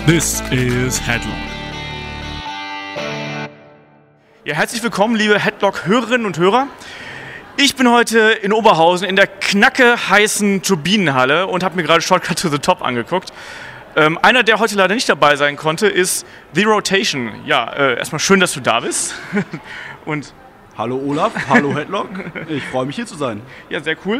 This is Headlock. Ja, herzlich willkommen, liebe Headlock-Hörerinnen und Hörer. Ich bin heute in Oberhausen in der knackeheißen Turbinenhalle und habe mir gerade Shortcut to the Top angeguckt. Einer, der heute leider nicht dabei sein konnte, ist The Rotation. Ja, erstmal schön, dass du da bist. Und hallo Olaf, hallo Headlock. Ich freue mich hier zu sein. Ja, sehr cool.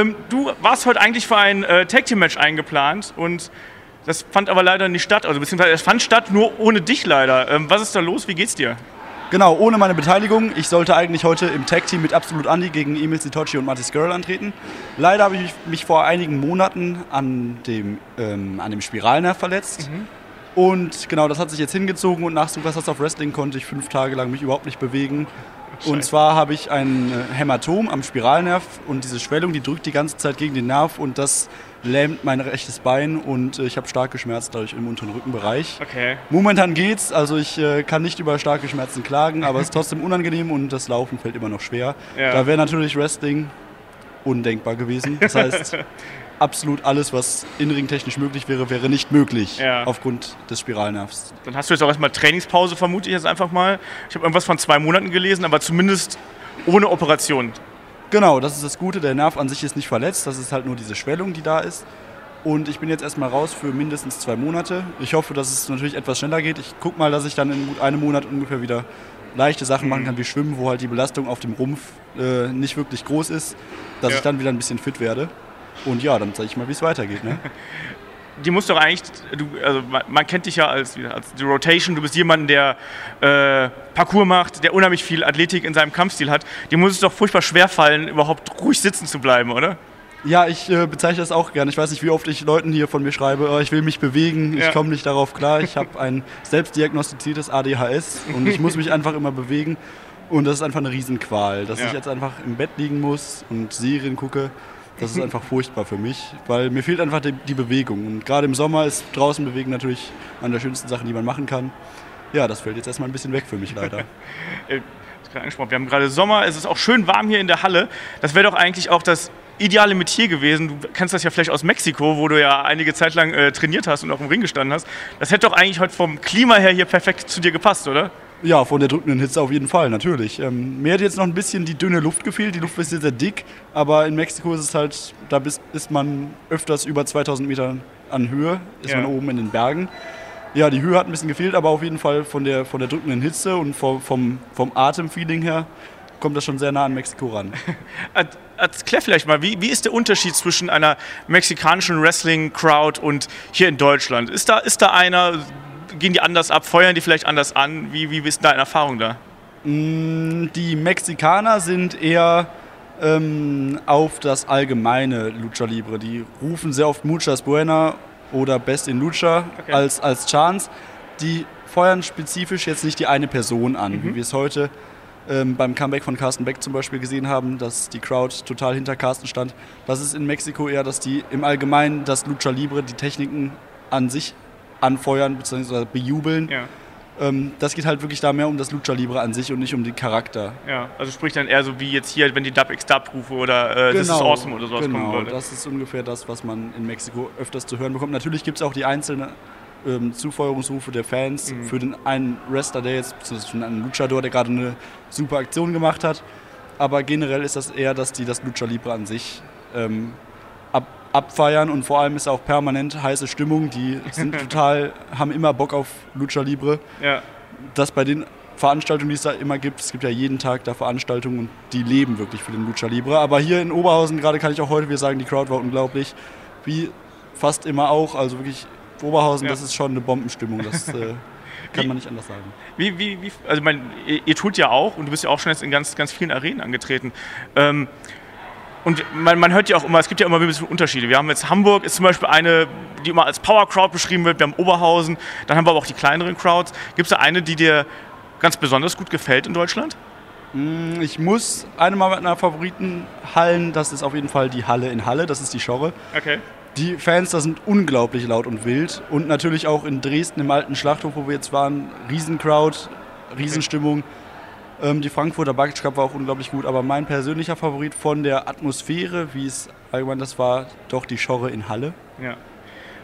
Du warst heute eigentlich für ein Tag-Team-Match eingeplant und das fand aber leider nicht statt. Also beziehungsweise es fand statt, nur ohne dich leider. Was ist da los? Wie geht's dir? Genau, ohne meine Beteiligung. Ich sollte eigentlich heute im Tag-Team mit Absolut Andy gegen Emil Sitoci und Mattis Girl antreten. Leider habe ich mich vor einigen Monaten an dem Spiralnerv verletzt. Und genau, das hat sich jetzt hingezogen und nach Superstars of Wrestling konnte ich 5 Tage lang mich überhaupt nicht bewegen. Scheiße. Und zwar habe ich ein Hämatom am Spiralnerv und diese Schwellung, die drückt die ganze Zeit gegen den Nerv und das lähmt mein rechtes Bein und ich habe starke Schmerzen dadurch im unteren Rückenbereich. Okay. Momentan geht's, also ich kann nicht über starke Schmerzen klagen, aber es ist trotzdem unangenehm und das Laufen fällt immer noch schwer. Ja. Da wäre natürlich Wrestling undenkbar gewesen. Das heißt, absolut alles, was innenringtechnisch möglich wäre, wäre nicht möglich, aufgrund des Spiralnervs. Dann hast du jetzt auch erstmal Trainingspause, vermute ich jetzt einfach mal. Ich habe irgendwas von 2 Monaten gelesen, aber zumindest ohne Operation. Genau, das ist das Gute. Der Nerv an sich ist nicht verletzt, das ist halt nur diese Schwellung, die da ist. Und ich bin jetzt erstmal raus für mindestens 2 Monate. Ich hoffe, dass es natürlich etwas schneller geht. Ich gucke mal, dass ich dann in gut einem Monat ungefähr wieder leichte Sachen machen kann, wie Schwimmen, wo halt die Belastung auf dem Rumpf nicht wirklich groß ist, dass ich dann wieder ein bisschen fit werde. Und ja, dann zeige ich mal, wie es weitergeht. Ne? Die muss doch eigentlich, also man kennt dich ja als The Rotation, du bist jemand, der Parkour macht, der unheimlich viel Athletik in seinem Kampfstil hat. Dir muss es doch furchtbar schwer fallen, überhaupt ruhig sitzen zu bleiben, oder? Ja, ich bezeichne das auch gerne. Ich weiß nicht, wie oft ich Leuten hier von mir schreibe, ich will mich bewegen, ich komme nicht darauf klar. Ich habe ein selbstdiagnostiziertes ADHS und ich muss mich einfach immer bewegen. Und das ist einfach eine Riesenqual, dass ich jetzt einfach im Bett liegen muss und Serien gucke. Das ist einfach furchtbar für mich, weil mir fehlt einfach die Bewegung. Und gerade im Sommer ist draußen bewegen natürlich eine der schönsten Sachen, die man machen kann. Ja, das fällt jetzt erstmal ein bisschen weg für mich leider. Wir haben gerade Sommer, es ist auch schön warm hier in der Halle. Das wäre doch eigentlich auch das ideale Metier gewesen. Du kennst das ja vielleicht aus Mexiko, wo du ja einige Zeit lang trainiert hast und auch im Ring gestanden hast. Das hätte doch eigentlich heute vom Klima her hier perfekt zu dir gepasst, oder? Ja, von der drückenden Hitze auf jeden Fall, natürlich. Mir hat jetzt noch ein bisschen die dünne Luft gefehlt. Die Luft ist sehr, sehr dick, aber in Mexiko ist es halt, da ist man öfters über 2000 Metern an Höhe, ist man oben in den Bergen. Ja, die Höhe hat ein bisschen gefehlt, aber auf jeden Fall von der drückenden Hitze und vom Atemfeeling her kommt das schon sehr nah an Mexiko ran. Erklär vielleicht mal, wie ist der Unterschied zwischen einer mexikanischen Wrestling-Crowd und hier in Deutschland? Ist da einer... Gehen die anders ab? Feuern die vielleicht anders an? Wie ist deine Erfahrung da? Die Mexikaner sind eher auf das allgemeine Lucha Libre. Die rufen sehr oft Muchas Buena oder Best in Lucha als Chants. Die feuern spezifisch jetzt nicht die eine Person an, wie wir es heute beim Comeback von Carsten Beck zum Beispiel gesehen haben, dass die Crowd total hinter Carsten stand. Das ist in Mexiko eher, dass die im Allgemeinen das Lucha Libre, die Techniken an sich anfeuern bzw. bejubeln. Ja. Das geht halt wirklich da mehr um das Lucha Libre an sich und nicht um den Charakter. Ja, also sprich dann eher so wie jetzt hier, wenn die Dub X Dub rufe oder This is awesome oder sowas kommen würde. Das ist ungefähr das, was man in Mexiko öfters zu hören bekommt. Natürlich gibt es auch die einzelnen Zufeuerungsrufe der Fans für den einen Wrestler, der jetzt, beziehungsweise einen Luchador, der gerade eine super Aktion gemacht hat. Aber generell ist das eher, dass die das Lucha Libre an sich abfeiern und vor allem ist auch permanent heiße Stimmung, die sind haben immer Bock auf Lucha Libre. Ja. Das bei den Veranstaltungen, die es da immer gibt, es gibt ja jeden Tag da Veranstaltungen und die leben wirklich für den Lucha Libre. Aber hier in Oberhausen, gerade kann ich auch heute wieder sagen, die Crowd war unglaublich, wie fast immer auch, also wirklich Oberhausen, das ist schon eine Bombenstimmung, das kann man nicht anders sagen. Also ihr tut ja auch, und du bist ja auch schon jetzt in ganz, ganz vielen Arenen angetreten, und man hört ja auch immer, es gibt ja immer ein bisschen Unterschiede. Wir haben jetzt Hamburg, ist zum Beispiel eine, die immer als Power Crowd beschrieben wird. Wir haben Oberhausen, dann haben wir aber auch die kleineren Crowds. Gibt es da eine, die dir ganz besonders gut gefällt in Deutschland? Ich muss eine meiner Favoritenhallen, das ist auf jeden Fall die Halle in Halle, das ist die Schorre. Okay. Die Fans da sind unglaublich laut und wild. Und natürlich auch in Dresden im alten Schlachthof, wo wir jetzt waren, Riesencrowd, Riesenstimmung. Die Frankfurter Bucket Cup war auch unglaublich gut, aber mein persönlicher Favorit von der Atmosphäre, wie es allgemein das war, doch die Schorre in Halle. Ja.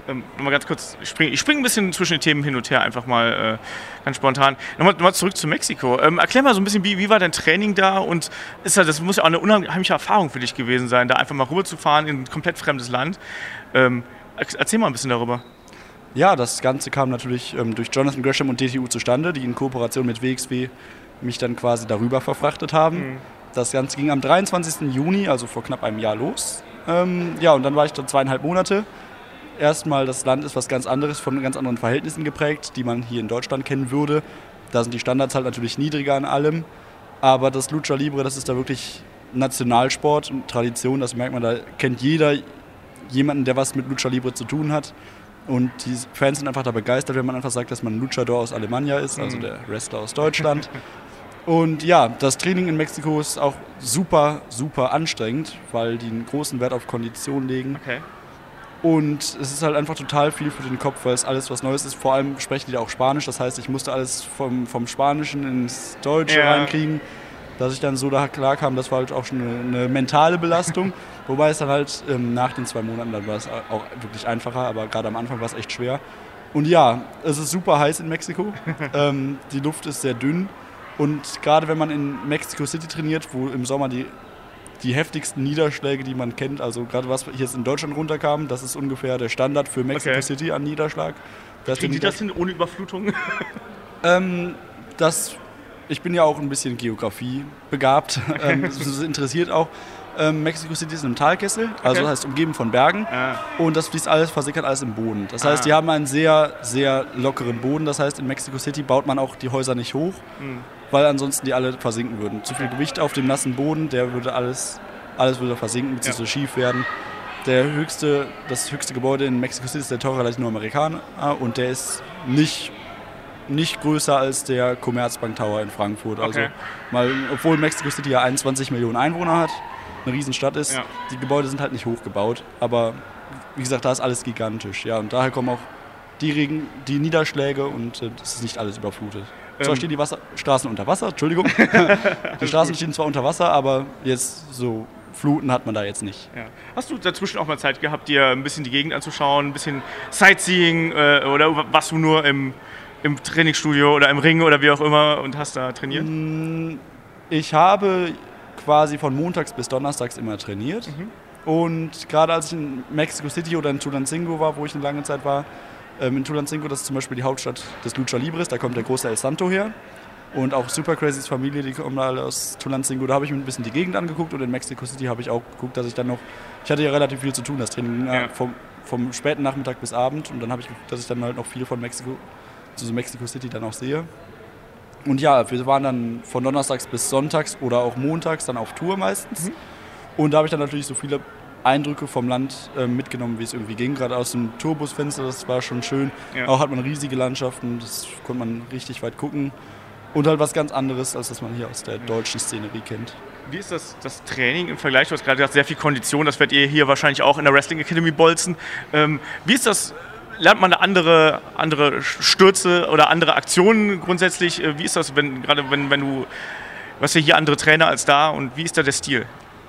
Nochmal ganz kurz, ich spring ein bisschen zwischen den Themen hin und her, einfach mal ganz spontan. Nochmal zurück zu Mexiko. Erklär mal so ein bisschen, wie war dein Training da? Und das muss ja auch eine unheimliche Erfahrung für dich gewesen sein, da einfach mal rüberzufahren in ein komplett fremdes Land. Erzähl mal ein bisschen darüber. Ja, das Ganze kam natürlich durch Jonathan Gresham und DTU zustande, die in Kooperation mit WXW mich dann quasi darüber verfrachtet haben. Mhm. Das Ganze ging am 23. Juni, also vor knapp einem Jahr los. Und dann war ich da 2,5 Monate. Erstmal, das Land ist was ganz anderes, von ganz anderen Verhältnissen geprägt, die man hier in Deutschland kennen würde. Da sind die Standards halt natürlich niedriger an allem. Aber das Lucha Libre, das ist da wirklich Nationalsport und Tradition. Das merkt man, da kennt jeder jemanden, der was mit Lucha Libre zu tun hat. Und die Fans sind einfach da begeistert, wenn man einfach sagt, dass man ein Luchador aus Alemania ist, also der Wrestler aus Deutschland. Und ja, das Training in Mexiko ist auch super, super anstrengend, weil die einen großen Wert auf Kondition legen. Okay. Und es ist halt einfach total viel für den Kopf, weil es alles was Neues ist. Vor allem sprechen die da auch Spanisch, das heißt, ich musste alles vom Spanischen ins Deutsche reinkriegen, dass ich dann so da klar kam. Das war halt auch schon eine mentale Belastung. Wobei es dann halt nach den 2 Monaten, dann war es auch wirklich einfacher, aber gerade am Anfang war es echt schwer. Und ja, es ist super heiß in Mexiko. Die Luft ist sehr dünn. Und gerade wenn man in Mexico City trainiert, wo im Sommer die heftigsten Niederschläge, die man kennt, also gerade was hier jetzt in Deutschland runterkam, das ist ungefähr der Standard für Mexico City an Niederschlag. Kriegen die das hin ohne Überflutung? Ich bin ja auch ein bisschen Geografie begabt, das interessiert auch. Mexico City ist in einem Talkessel, also das heißt umgeben von Bergen und das fließt alles, versickert alles im Boden. Das heißt, die haben einen sehr, sehr lockeren Boden, das heißt, in Mexico City baut man auch die Häuser nicht hoch, weil ansonsten die alle versinken würden. Zu viel Gewicht auf dem nassen Boden, der würde alles würde versinken, bzw. schief werden. Das höchste Gebäude in Mexico City ist der Torre Latinoamericana und der ist nicht größer als der Commerzbank Tower in Frankfurt. Also obwohl Mexico City ja 21 Millionen Einwohner hat, eine Riesenstadt ist, die Gebäude sind halt nicht hochgebaut, aber wie gesagt, da ist alles gigantisch. Ja, und daher kommen auch die Niederschläge und es ist nicht alles überflutet. Zwar stehen die Straßen unter Wasser, Entschuldigung. Die Straßen stehen zwar unter Wasser, aber jetzt so Fluten hat man da jetzt nicht. Ja. Hast du dazwischen auch mal Zeit gehabt, dir ein bisschen die Gegend anzuschauen, ein bisschen Sightseeing oder warst du nur im Trainingsstudio oder im Ring oder wie auch immer und hast da trainiert? Ich habe quasi von montags bis donnerstags immer trainiert. Und gerade als ich in Mexico City oder in Tulancingo war, wo ich eine lange Zeit war, in Tulancingo, das ist zum Beispiel die Hauptstadt des Lucha Libres, da kommt der große El Santo her. Und auch Super Crazys Familie, die kommen alle aus Tulancingo. Da habe ich mir ein bisschen die Gegend angeguckt und in Mexico City habe ich auch geguckt, dass ich dann noch, ich hatte ja relativ viel zu tun, das Training vom späten Nachmittag bis Abend und dann habe ich geguckt, dass ich dann halt noch viel von Mexico City dann auch sehe. Und ja, wir waren dann von donnerstags bis sonntags oder auch montags dann auf Tour meistens. Und da habe ich dann natürlich so viele Eindrücke vom Land mitgenommen, wie es irgendwie ging. Gerade aus dem Tourbusfenster, das war schon schön. Ja. Auch hat man riesige Landschaften, das konnte man richtig weit gucken. Und halt was ganz anderes, als das man hier aus der deutschen Szenerie kennt. Wie ist das Training im Vergleich? Du hast gerade gesagt, sehr viel Kondition, das werdet ihr hier wahrscheinlich auch in der Wrestling Academy bolzen. Wie ist das? Lernt man da andere Stürze oder andere Aktionen grundsätzlich? Wie ist das, wenn du, was ja hier andere Trainer als da und wie ist da der Stil?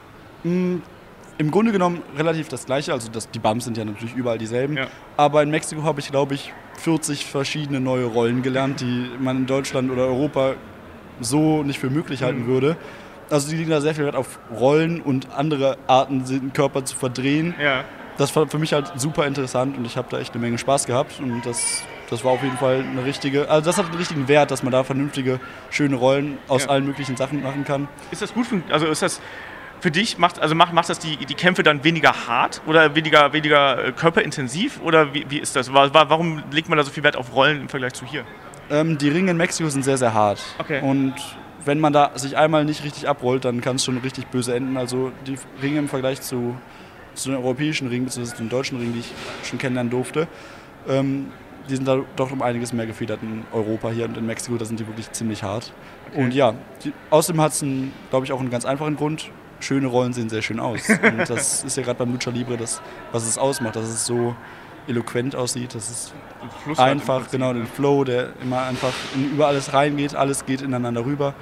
Im Grunde genommen relativ das Gleiche, also die Bumps sind ja natürlich überall dieselben, aber in Mexiko habe ich, glaube ich, 40 verschiedene neue Rollen gelernt, die man in Deutschland oder Europa so nicht für möglich halten würde. Also die legen da sehr viel Wert auf Rollen und andere Arten, den Körper zu verdrehen. Ja. Das war für mich halt super interessant und ich habe da echt eine Menge Spaß gehabt und das war auf jeden Fall das hat einen richtigen Wert, dass man da vernünftige, schöne Rollen aus allen möglichen Sachen machen kann. Ist das gut, ist das für dich, macht das die Kämpfe dann weniger hart oder weniger körperintensiv oder wie ist das? Warum legt man da so viel Wert auf Rollen im Vergleich zu hier? Die Ringe in Mexiko sind sehr, sehr hart. Okay. Und wenn man da sich einmal nicht richtig abrollt, dann kann es schon richtig böse enden. Also die Ringe im Vergleich zu den europäischen Ringen, bzw. zu den deutschen Ringen, die ich schon kennenlernen durfte, die sind da doch um einiges mehr gefedert in Europa hier und in Mexiko, da sind die wirklich ziemlich hart. Okay. Und ja, außerdem hat es, glaube ich, auch einen ganz einfachen Grund. Schöne Rollen sehen sehr schön aus. Und das ist ja gerade beim Lucha Libre das, was es ausmacht, dass es so eloquent aussieht, dass es einfach, genau, den Flow, der immer einfach über alles reingeht, alles geht ineinander rüber.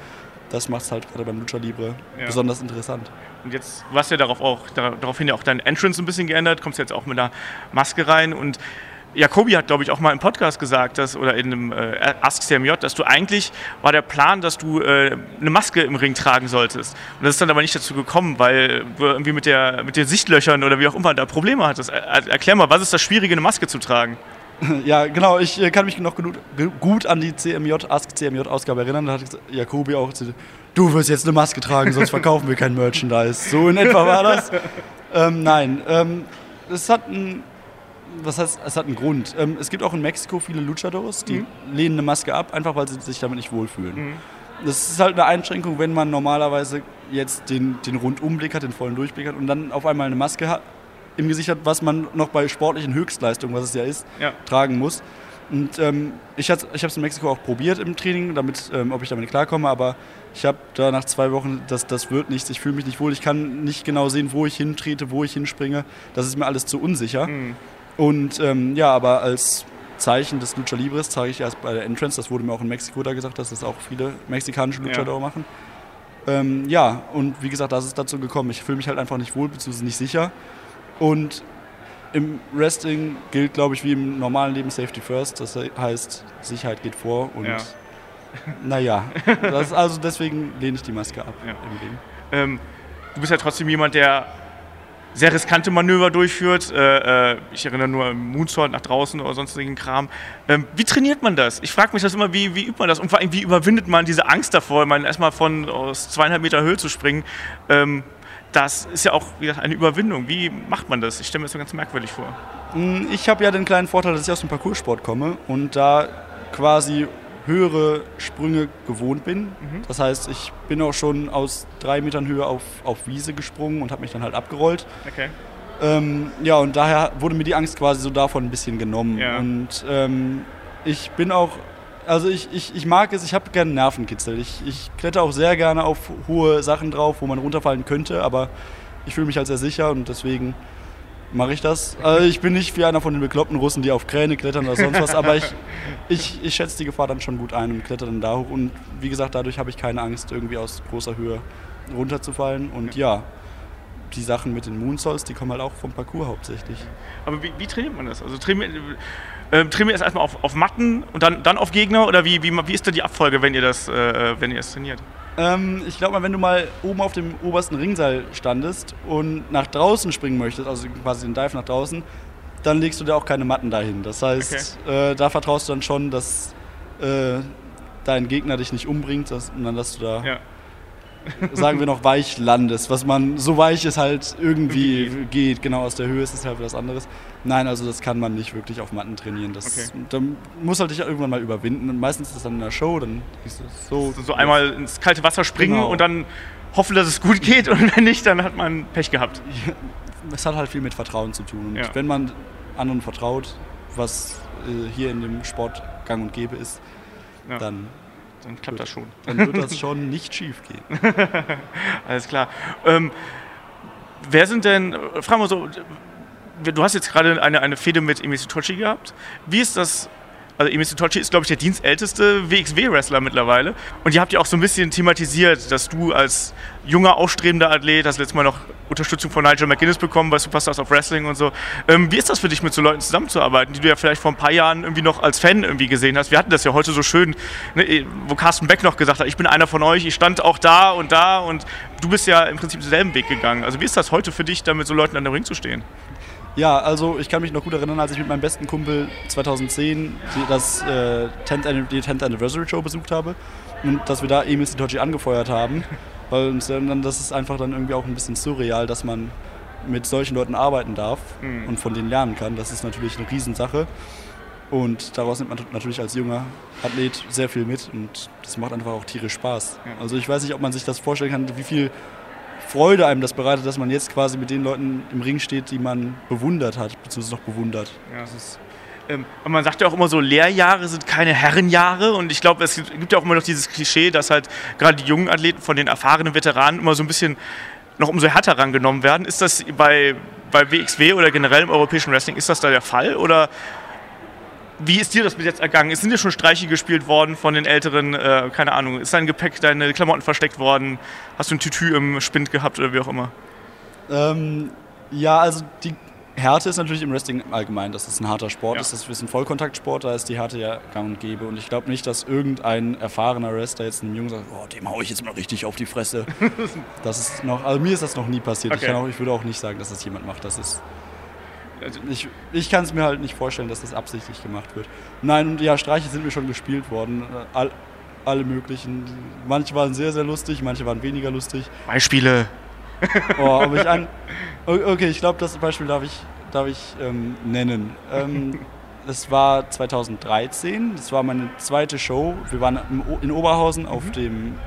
das macht es halt gerade beim Lucha Libre besonders interessant. Und jetzt, du hast ja daraufhin ja auch dein Entrance ein bisschen geändert, kommst jetzt auch mit einer Maske rein und Jacobi hat, glaube ich, auch mal im Podcast gesagt, oder in einem Ask CMJ, dass du eigentlich, war der Plan, dass du eine Maske im Ring tragen solltest. Und das ist dann aber nicht dazu gekommen, weil du irgendwie mit den Sichtlöchern oder wie auch immer da Probleme hattest. Erklär mal, was ist das Schwierige, eine Maske zu tragen? Ja, genau, ich kann mich noch gut an die Ask CMJ Ausgabe erinnern. Da hat Jacobi auch gesagt, du wirst jetzt eine Maske tragen, sonst verkaufen wir kein Merchandise. So in etwa war das. Nein, es hat einen Grund. Es gibt auch in Mexiko viele Luchadores, die lehnen eine Maske ab, einfach weil sie sich damit nicht wohlfühlen. Das ist halt eine Einschränkung, wenn man normalerweise jetzt den Rundumblick hat, den vollen Durchblick hat und dann auf einmal eine Maske im Gesicht hat, was man noch bei sportlichen Höchstleistungen, was es ja ist, tragen muss. Und ich habe es in Mexiko auch probiert im Training, ob ich damit klarkomme, aber ich habe da nach 2 Wochen, das wird nichts, ich fühle mich nicht wohl, ich kann nicht genau sehen, wo ich hintrete, wo ich hinspringe, das ist mir alles zu unsicher. Und aber als Zeichen des Lucha Libres zeige ich erst bei der Entrance, das wurde mir auch in Mexiko da gesagt, dass das auch viele mexikanische Luchadore machen. Und wie gesagt, das ist dazu gekommen, ich fühle mich halt einfach nicht wohl, beziehungsweise nicht sicher. Und im Wrestling gilt, glaube ich, wie im normalen Leben Safety First. Das heißt, Sicherheit geht vor. Und also deswegen lehne ich die Maske ab im Leben. Du bist ja trotzdem jemand, der sehr riskante Manöver durchführt. Ich erinnere nur an Moonsault nach draußen oder sonstigen Kram. Wie trainiert man das? Ich frage mich das immer, wie übt man das? Und vor allem, wie überwindet man diese Angst davor, erstmal aus 2,5 Meter Höhe zu springen? Das ist ja auch wieder eine Überwindung. Wie macht man das? Ich stelle mir das so ganz merkwürdig vor. Ich habe ja den kleinen Vorteil, dass ich aus dem Parcoursport komme und da quasi höhere Sprünge gewohnt bin. Das heißt, ich bin auch schon aus 3 Metern Höhe auf Wiese gesprungen und habe mich dann halt abgerollt. Okay. Und daher wurde mir die Angst quasi so davon ein bisschen genommen. Ja. Und ich bin auch, also ich mag es, ich habe gerne Nervenkitzel. Ich kletter auch sehr gerne auf hohe Sachen drauf, wo man runterfallen könnte, aber ich fühle mich halt sehr sicher und deswegen mache ich das. Also ich bin nicht wie einer von den bekloppten Russen, die auf Kräne klettern oder sonst was, aber ich schätze die Gefahr dann schon gut ein und kletter dann da hoch. Und wie gesagt, dadurch habe ich keine Angst, irgendwie aus großer Höhe runterzufallen. Und die Sachen mit den Moonsaults, die kommen halt auch vom Parcours hauptsächlich. Aber wie trainiert man das? Also trainiert ihr erst erstmal auf Matten und dann auf Gegner? Oder wie ist da die Abfolge, wenn ihr das trainiert? Ich glaube mal, wenn du mal oben auf dem obersten Ringseil standest und nach draußen springen möchtest, also quasi den Dive nach draußen, dann legst du dir auch keine Matten dahin. Das heißt, da vertraust du dann schon, dass dein Gegner dich nicht umbringt, sondern dass du da, sagen wir noch, weich landest. Was man, so weich es halt irgendwie geht, genau aus der Höhe ist es halt was anderes. Nein, also das kann man nicht wirklich auf Matten trainieren. Da muss halt dich irgendwann mal überwinden. Und meistens ist das dann in der Show, dann ist es so einmal ins kalte Wasser springen und dann hoffen, dass es gut geht und wenn nicht, dann hat man Pech gehabt. Es hat halt viel mit Vertrauen zu tun. Und wenn man anderen vertraut, was hier in dem Sport gang und gäbe ist, dann klappt das schon. Dann wird das schon nicht schief gehen. Alles klar. Wer sind denn, fragen wir so, du hast jetzt gerade eine Fehde mit Emi Sitoci gehabt. Wie ist das? Also Emi Sitoci ist, glaube ich, der dienstälteste WXW-Wrestler mittlerweile. Und ihr habt ja auch so ein bisschen thematisiert, dass du als junger, aufstrebender Athlet, hast letztes Mal noch Unterstützung von Nigel McGuinness bekommen bei Superstars of Wrestling und so. Wie ist das für dich, mit so Leuten zusammenzuarbeiten, die du ja vielleicht vor ein paar Jahren irgendwie noch als Fan irgendwie gesehen hast? Wir hatten das ja heute so schön, ne, wo Carsten Beck noch gesagt hat, ich bin einer von euch, ich stand auch da und du bist ja im Prinzip denselben Weg gegangen. Also wie ist das heute für dich, da mit so Leuten an dem Ring zu stehen? Ja, also ich kann mich noch gut erinnern, als ich mit meinem besten Kumpel 2010 die 10th Anniversary Show besucht habe und dass wir da Emi Sitoci angefeuert haben, weil das ist einfach dann irgendwie auch ein bisschen surreal, dass man mit solchen Leuten arbeiten darf und von denen lernen kann. Das ist natürlich eine Riesensache und daraus nimmt man natürlich als junger Athlet sehr viel mit und das macht einfach auch tierisch Spaß. Ja. Also ich weiß nicht, ob man sich das vorstellen kann, wie viel Freude einem das bereitet, dass man jetzt quasi mit den Leuten im Ring steht, die man bewundert hat, beziehungsweise noch bewundert. Ja, das ist, und man sagt ja auch immer so, Lehrjahre sind keine Herrenjahre und ich glaube, es gibt ja auch immer noch dieses Klischee, dass halt gerade die jungen Athleten von den erfahrenen Veteranen immer so ein bisschen noch umso härter rangenommen werden. Ist das bei WXW oder generell im europäischen Wrestling, ist das da der Fall oder Wie ist dir das bis jetzt ergangen? Sind dir schon Streiche gespielt worden von den Älteren? Keine Ahnung. Ist dein Gepäck, deine Klamotten versteckt worden? Hast du ein Tütü im Spind gehabt oder wie auch immer? Ja, also die Härte ist natürlich im Wrestling allgemein, dass es ein harter Sport ist. Das ist ein Vollkontaktsport, da ist die Härte ja gang und gäbe. Und ich glaube nicht, dass irgendein erfahrener Wrestler jetzt einem Jungen sagt, oh, dem hau ich jetzt mal richtig auf die Fresse. Also mir ist das noch nie passiert. Okay. Ich würde auch nicht sagen, dass das jemand macht. Ich kann es mir halt nicht vorstellen, dass das absichtlich gemacht wird. Nein, und ja, Streiche sind mir schon gespielt worden. Alle möglichen. Manche waren sehr, sehr lustig, manche waren weniger lustig. Beispiele. Okay, ich glaube, das Beispiel darf ich nennen. Das war 2013, das war meine zweite Show. Wir waren in Oberhausen auf dem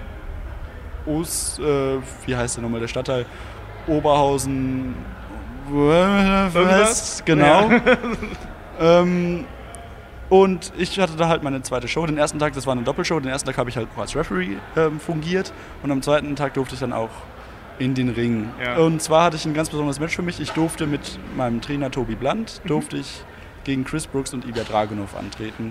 wie heißt der nochmal, der Stadtteil? Oberhausen West, genau. Ja. Und ich hatte da halt meine zweite Show. Den ersten Tag, das war eine Doppelshow, den ersten Tag habe ich halt als Referee fungiert und am zweiten Tag durfte ich dann auch in den Ring. Ja. Und zwar hatte ich ein ganz besonderes Match für mich. Ich durfte mit meinem Trainer Tobi Blunt, gegen Chris Brooks und Ilja Dragunov antreten.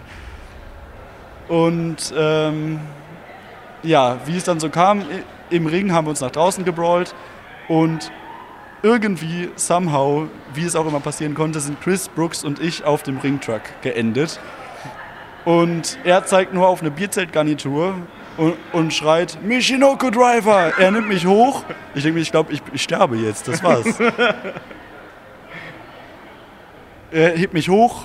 Und wie es dann so kam, im Ring haben wir uns nach draußen gebrawlt und irgendwie, somehow, wie es auch immer passieren konnte, sind Chris Brooks und ich auf dem Ringtruck geendet. Und er zeigt nur auf eine Bierzeltgarnitur und schreit, Michinoku Driver! Er nimmt mich hoch. Ich denke mir, ich glaube, ich sterbe jetzt, das war's. Er hebt mich hoch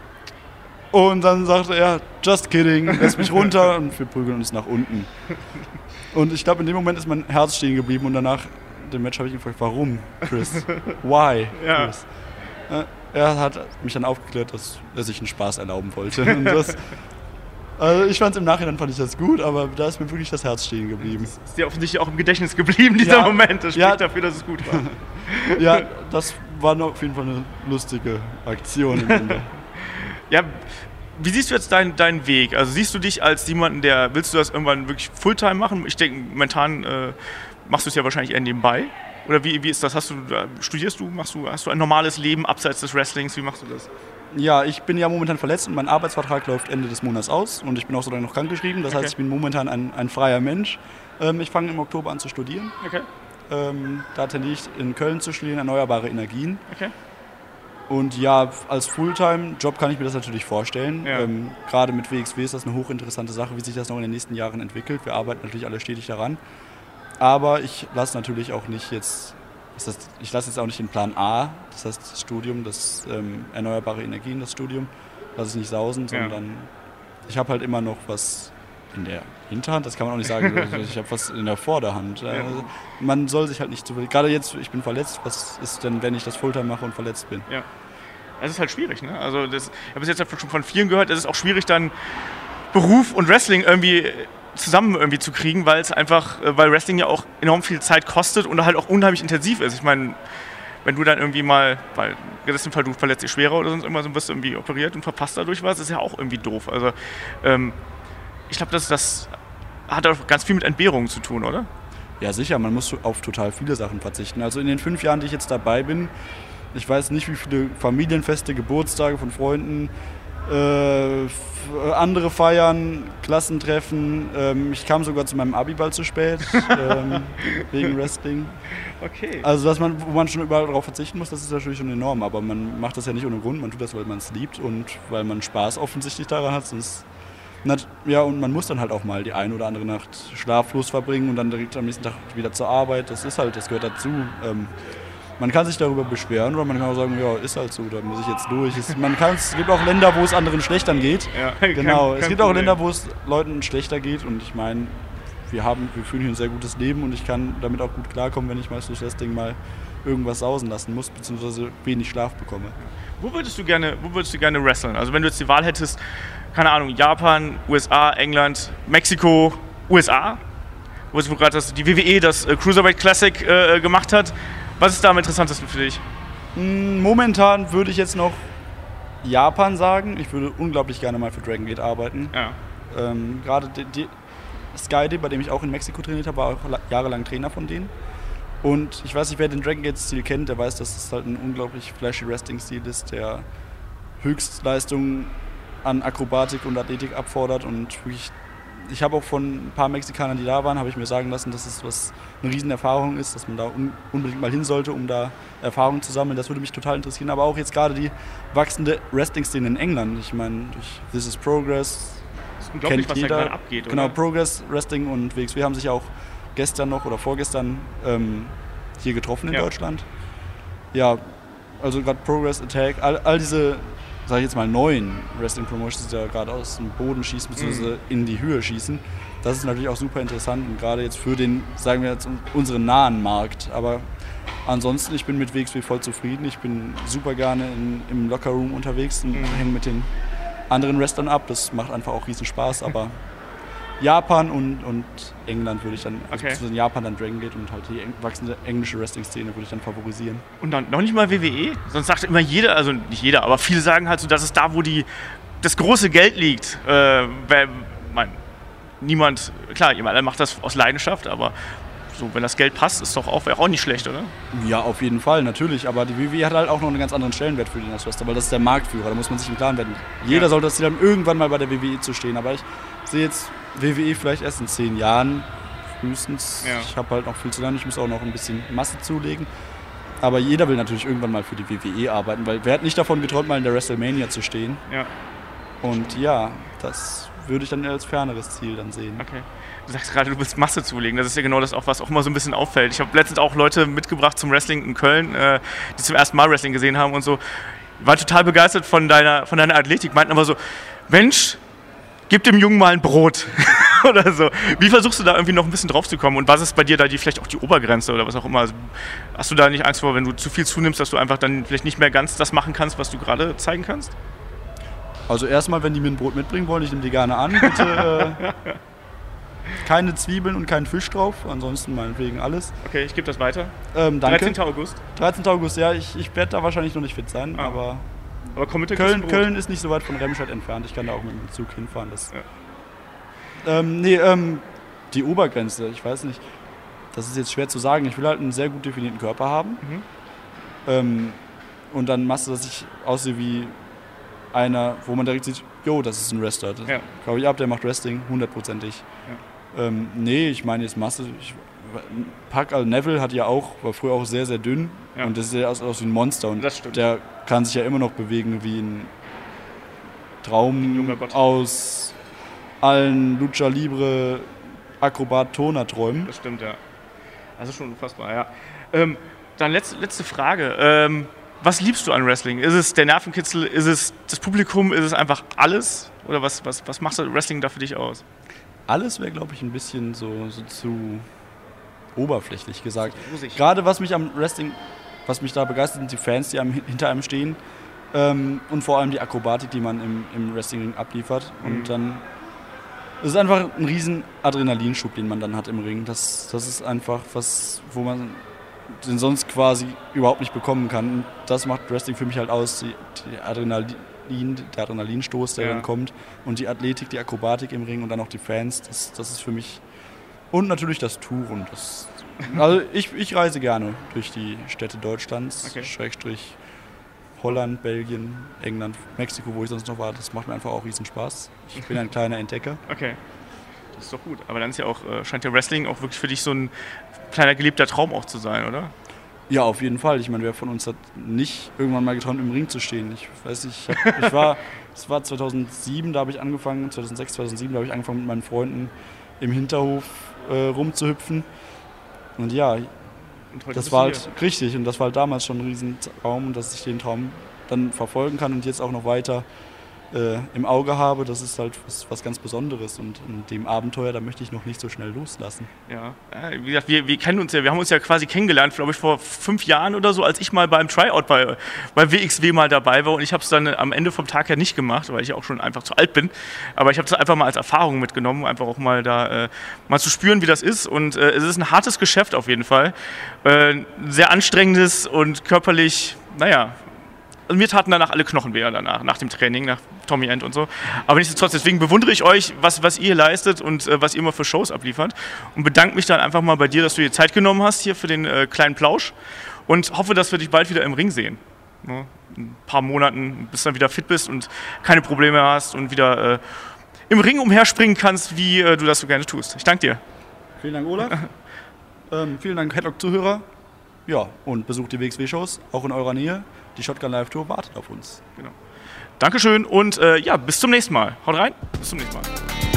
und dann sagte er, just kidding, lässt mich runter und wir prügeln uns nach unten. Und ich glaube, in dem Moment ist mein Herz stehen geblieben und danach dem Match habe ich ihn gefragt, warum, Chris? Why, Chris? Ja. Er hat mich dann aufgeklärt, dass er sich einen Spaß erlauben wollte. Und also ich fand es im Nachhinein fand ich das gut, aber da ist mir wirklich das Herz stehen geblieben. Das ist dir offensichtlich auch im Gedächtnis geblieben, dieser Moment. Das spricht dafür, dass es gut war. Ja, das war auf jeden Fall eine lustige Aktion im Ende. Ja, wie siehst du jetzt deinen Weg? Also siehst du dich als jemanden, willst du das irgendwann wirklich Fulltime machen? Ich denke, momentan machst du es ja wahrscheinlich eher nebenbei. Oder wie ist das? Studierst du? Hast du ein normales Leben abseits des Wrestlings? Wie machst du das? Ja, ich bin ja momentan verletzt und mein Arbeitsvertrag läuft Ende des Monats aus und ich bin auch so lange noch krankgeschrieben. Das heißt, ich bin momentan ein freier Mensch. Ich fange im Oktober an zu studieren. Okay. Da tendiere ich in Köln zu studieren, erneuerbare Energien. Okay. Und ja, als Fulltime-Job kann ich mir das natürlich vorstellen. Ja. Gerade mit WXW ist das eine hochinteressante Sache, wie sich das noch in den nächsten Jahren entwickelt. Wir arbeiten natürlich alle stetig daran. Aber ich lasse natürlich auch nicht ich lasse jetzt auch nicht den Plan A, das heißt das Studium, das erneuerbare Energien, das Studium, lasse ich nicht sausen, sondern ich habe halt immer noch was in der Hinterhand, das kann man auch nicht sagen, ich habe was in der Vorderhand. Ja. Also man soll sich halt nicht zu viel, gerade jetzt, ich bin verletzt, was ist denn, wenn ich das Fulltime mache und verletzt bin? Ja. Das ist halt schwierig, ne? Also ich habe es jetzt schon von vielen gehört, es ist auch schwierig dann Beruf und Wrestling irgendwie zusammen irgendwie zu kriegen, weil Wrestling ja auch enorm viel Zeit kostet und halt auch unheimlich intensiv ist. Ich meine, wenn du dann irgendwie mal, weil in diesem Fall du verletzt dich schwerer oder sonst irgendwas und wirst irgendwie operiert und verpasst dadurch was, ist ja auch irgendwie doof. Also ich glaube, das hat auch ganz viel mit Entbehrungen zu tun, oder? Ja, sicher, man muss auf total viele Sachen verzichten. Also in den 5 Jahren, die ich jetzt dabei bin, ich weiß nicht, wie viele Familienfeste, Geburtstage von Freunden, andere Feiern, Klassentreffen. Ich kam sogar zu meinem Abiball zu spät, wegen Wrestling. Okay. Also, wo man schon überall darauf verzichten muss, das ist natürlich schon enorm. Aber man macht das ja nicht ohne Grund, man tut das, weil man es liebt und weil man Spaß offensichtlich daran hat. Und man muss dann halt auch mal die eine oder andere Nacht schlaflos verbringen und dann direkt am nächsten Tag wieder zur Arbeit. Das gehört dazu. Man kann sich darüber beschweren oder man kann auch sagen, ja, ist halt so, da muss ich jetzt durch. Es gibt auch Länder, wo es anderen schlechtern geht. Ja, genau, es gibt auch Länder, wo es Leuten schlechter geht und ich meine, wir führen hier ein sehr gutes Leben und ich kann damit auch gut klarkommen, wenn ich mal durch das Ding mal irgendwas sausen lassen muss, beziehungsweise wenig Schlaf bekomme. Wo würdest du gerne wresteln? Also wenn du jetzt die Wahl hättest, keine Ahnung, Japan, USA, England, Mexiko, USA, wo gerade die WWE das Cruiserweight Classic gemacht hat. Was ist da am interessantesten für dich? Momentan würde ich jetzt noch Japan sagen. Ich würde unglaublich gerne mal für Dragon Gate arbeiten. Ja. Gerade Skyde, bei dem ich auch in Mexiko trainiert habe, war auch jahrelang Trainer von denen. Und ich weiß nicht, wer den Dragon Gate-Stil kennt, der weiß, dass es halt ein unglaublich flashy Wrestling-Stil ist, der Höchstleistungen an Akrobatik und Athletik abfordert und wirklich, ich habe auch von ein paar Mexikanern, die da waren, habe ich mir sagen lassen, dass es eine Riesenerfahrung ist, dass man da unbedingt mal hin sollte, um da Erfahrungen zu sammeln. Das würde mich total interessieren, aber auch jetzt gerade die wachsende Wrestling-Szene in England. Ich meine, durch This is Progress, das ist unglaublich, was da gerade abgeht, genau, oder? Progress Wrestling und WXW haben sich auch gestern noch oder vorgestern hier getroffen in Deutschland. Ja, also gerade Progress, Attack, all diese, sage ich jetzt mal, neuen Wrestling-Promotions, die ja gerade aus dem Boden schießen bzw. in die Höhe schießen. Das ist natürlich auch super interessant und gerade jetzt für den, sagen wir jetzt, unseren nahen Markt. Aber ansonsten, ich bin mit WXW voll zufrieden. Ich bin super gerne im Lockerroom unterwegs und hänge mit den anderen Wrestlern ab. Das macht einfach auch riesen Spaß, aber Japan und England würde ich dann, also in Japan dann Dragon Gate und halt die wachsende englische Wrestling-Szene würde ich dann favorisieren. Und dann noch nicht mal WWE? Sonst sagt immer jeder, also nicht jeder, aber viele sagen halt so, dass es da, wo das große Geld liegt. Niemand, klar, jemand macht das aus Leidenschaft, aber so, wenn das Geld passt, ist wäre auch nicht schlecht, oder? Ja, auf jeden Fall, natürlich. Aber die WWE hat halt auch noch einen ganz anderen Stellenwert für den Wrestler, weil das ist der Marktführer, da muss man sich im Klaren werden. Jeder sollte das Ziel haben, irgendwann mal bei der WWE zu stehen, aber ich sehe jetzt WWE vielleicht erst in 10 Jahren frühestens. Ja. Ich habe halt noch viel zu lernen, ich muss auch noch ein bisschen Masse zulegen. Aber jeder will natürlich irgendwann mal für die WWE arbeiten, weil wer hat nicht davon geträumt, mal in der WrestleMania zu stehen? Ja. Und ja, das würde ich dann als ferneres Ziel dann sehen. Okay. Du sagst gerade, du willst Masse zulegen. Das ist ja genau das auch, was auch immer so ein bisschen auffällt. Ich habe letztens auch Leute mitgebracht zum Wrestling in Köln, die zum ersten Mal Wrestling gesehen haben und so. War total begeistert von deiner Athletik, meinten aber so, Mensch, gib dem Jungen mal ein Brot oder so. Wie versuchst du da irgendwie noch ein bisschen drauf zu kommen und was ist bei dir da vielleicht auch die Obergrenze oder was auch immer? Also, hast du da nicht Angst vor, wenn du zu viel zunimmst, dass du einfach dann vielleicht nicht mehr ganz das machen kannst, was du gerade zeigen kannst? Also erstmal, wenn die mir ein Brot mitbringen wollen, ich nehme die gerne an. Bitte keine Zwiebeln und keinen Fisch drauf, ansonsten meinetwegen alles. Okay, ich gebe das weiter. Danke. 13. August? 13. August, ja. Ich werde da wahrscheinlich noch nicht fit sein, aber komm mit Köln ist nicht so weit von Remscheid entfernt. Ich kann da auch mit dem Zug hinfahren. Die Obergrenze, ich weiß nicht. Das ist jetzt schwer zu sagen. Ich will halt einen sehr gut definierten Körper haben. Und dann machst du, dass ich aussehe wie einer, wo man direkt sieht, jo, das ist ein Wrestler. Das glaube ich ab, der macht Wrestling, 100%ig. Ja. Ich meine jetzt Masse. Neville war früher auch sehr, sehr dünn und das sieht aus wie ein Monster und der kann sich ja immer noch bewegen wie ein Traum aus allen Lucha Libre Akrobat-Turner-Träumen. Das stimmt, ja. Also schon unfassbar, ja. Dann letzte Frage. Was liebst du an Wrestling? Ist es der Nervenkitzel? Ist es das Publikum? Ist es einfach alles? Oder was macht Wrestling da für dich aus? Alles wäre, glaube ich, ein bisschen so zu oberflächlich gesagt. Gerade was mich am Wrestling, was mich da begeistert, sind die Fans, die hinter einem stehen. Und vor allem die Akrobatik, die man im Wrestling abliefert. Und dann ist es einfach ein riesen Adrenalinschub, den man dann hat im Ring. Das ist einfach was, wo man den sonst quasi überhaupt nicht bekommen kann. Und das macht Wrestling für mich halt aus, der Adrenalinstoß, der dann kommt und die Athletik, die Akrobatik im Ring und dann auch die Fans, das ist für mich und natürlich das Touren. Also ich reise gerne durch die Städte Deutschlands, Schrägstrich Holland, Belgien, England, Mexiko, wo ich sonst noch war. Das macht mir einfach auch riesen Spaß. Ich bin ein kleiner Entdecker. Okay. Das ist doch gut. Aber dann ist ja auch, scheint ja Wrestling auch wirklich für dich so ein kleiner gelebter Traum auch zu sein, oder? Ja, auf jeden Fall. Ich meine, wer von uns hat nicht irgendwann mal geträumt, im Ring zu stehen? Ich weiß nicht, es war 2007, da habe ich angefangen, 2006, 2007, da habe ich angefangen mit meinen Freunden im Hinterhof rumzuhüpfen. Und ja, das war halt richtig und das war halt damals schon ein Riesentraum, dass ich den Traum dann verfolgen kann und jetzt auch noch weiter im Auge habe, das ist halt was ganz Besonderes und in dem Abenteuer, da möchte ich noch nicht so schnell loslassen. Ja, wie gesagt, wir kennen uns ja, wir haben uns ja quasi kennengelernt, glaube ich, vor 5 Jahren oder so, als ich mal beim Tryout bei WXW mal dabei war und ich habe es dann am Ende vom Tag ja nicht gemacht, weil ich auch schon einfach zu alt bin, aber ich habe es einfach mal als Erfahrung mitgenommen, einfach auch mal da mal zu spüren, wie das ist und es ist ein hartes Geschäft auf jeden Fall, sehr anstrengendes und körperlich, also mir taten danach alle Knochen weh nach dem Training, nach Tommy End und so. Aber nichtsdestotrotz, deswegen bewundere ich euch, was ihr leistet und was ihr immer für Shows abliefert. Und bedanke mich dann einfach mal bei dir, dass du dir Zeit genommen hast hier für den kleinen Plausch. Und hoffe, dass wir dich bald wieder im Ring sehen. ne, ein paar Monaten, bis du dann wieder fit bist und keine Probleme hast und wieder im Ring umherspringen kannst, wie du das so gerne tust. Ich danke dir. Vielen Dank, Olaf. Vielen Dank, Headlock-Zuhörer. Ja, und besucht die WXW-Shows, auch in eurer Nähe. Die Shotgun Live Tour wartet auf uns. Genau. Dankeschön und ja, bis zum nächsten Mal. Haut rein, bis zum nächsten Mal.